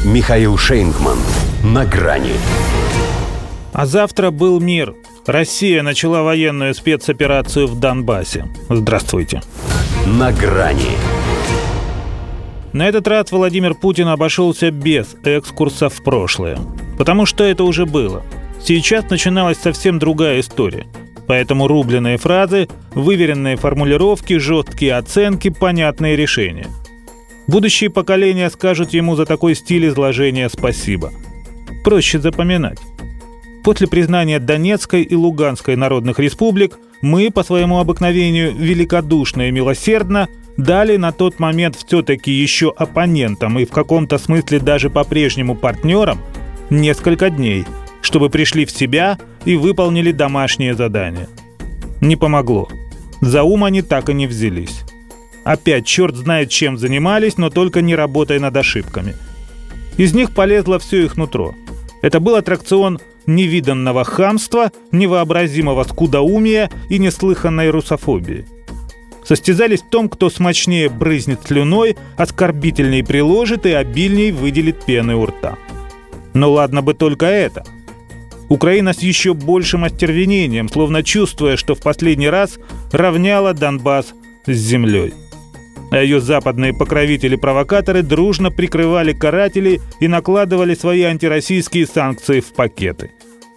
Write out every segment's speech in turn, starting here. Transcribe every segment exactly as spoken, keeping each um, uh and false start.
Михаил Шейнгман. На грани. А завтра был мир. Россия начала военную спецоперацию в Донбассе. Здравствуйте. На грани. На этот раз Владимир Путин обошелся без экскурса в прошлое. Потому что это уже было. Сейчас начиналась совсем другая история. Поэтому рубленые фразы, выверенные формулировки, жесткие оценки, понятные решения. Будущие поколения скажут ему за такой стиль изложения спасибо. Проще запоминать. После признания Донецкой и Луганской народных республик мы, по своему обыкновению, великодушно и милосердно дали на тот момент все-таки еще оппонентам и в каком-то смысле даже по-прежнему партнерам несколько дней, чтобы пришли в себя и выполнили домашнее задание. Не помогло. За ум они так и не взялись. Опять черт знает чем занимались, но только не работая над ошибками. Из них полезло все их нутро. Это был аттракцион невиданного хамства, невообразимого скудоумия и неслыханной русофобии. Состязались в том, кто смачнее брызнет слюной, оскорбительней приложит и обильней выделит пены у рта. Но ладно бы только это. Украина с еще большим остервенением, словно чувствуя, что в последний раз равняла Донбасс с землей. А ее западные покровители-провокаторы дружно прикрывали карателей и накладывали свои антироссийские санкции в пакеты.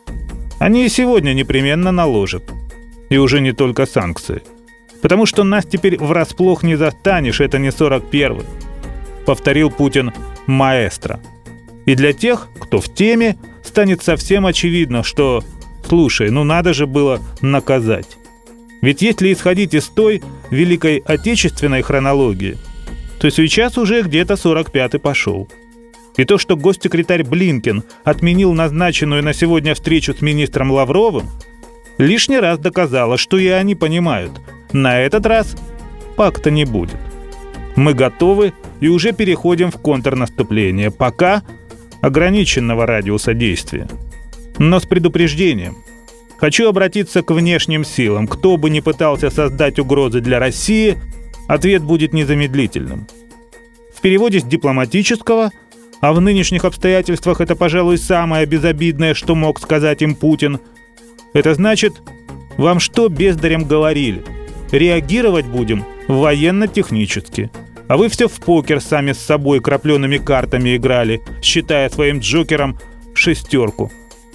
Они и сегодня непременно наложат. И уже не только санкции. Потому что нас теперь врасплох не застанешь, это не сорок первый. Повторил Путин маэстро. И для тех, кто в теме, станет совсем очевидно, что, слушай, ну надо же было наказать. Ведь если исходить из той Великой Отечественной хронологии, то сейчас уже где-то сорок пятый пошел. И то, что госсекретарь Блинкен отменил назначенную на сегодня встречу с министром Лавровым, лишний раз доказало, что и они понимают, на этот раз пакта не будет. Мы готовы и уже переходим в контрнаступление, пока ограниченного радиуса действия. Но с предупреждением. Хочу обратиться к внешним силам. Кто бы ни пытался создать угрозы для России, ответ будет незамедлительным. В переводе с дипломатического, а в нынешних обстоятельствах это, пожалуй, самое безобидное, что мог сказать им Путин, это значит, вам что бездарям говорили? Реагировать будем военно-технически. А вы все в покер сами с собой крапленными картами играли, считая своим джокером шестерку.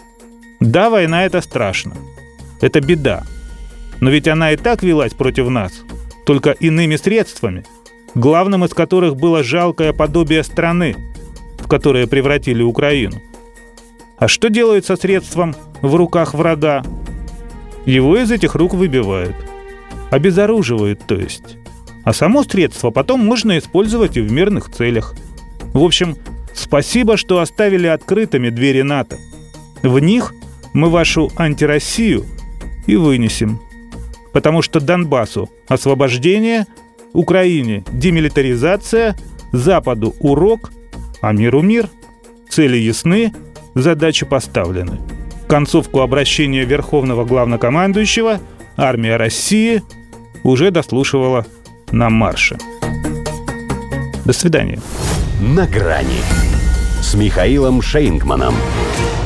Да, война — это страшно. Это беда. Но ведь она и так велась против нас, только иными средствами, главным из которых было жалкое подобие страны, в которое превратили Украину. А что делают со средством в руках врага? Его из этих рук выбивают. Обезоруживают, то есть. А само средство потом можно использовать и в мирных целях. В общем, спасибо, что оставили открытыми двери НАТО. В них мы вашу антироссию и вынесем. Потому что Донбассу освобождение, Украине демилитаризация, Западу урок, а миру мир. Цели ясны, задачи поставлены. Концовку обращения Верховного Главнокомандующего армия России уже дослушивала на марше. До свидания. На грани с Михаилом Шейнгманом.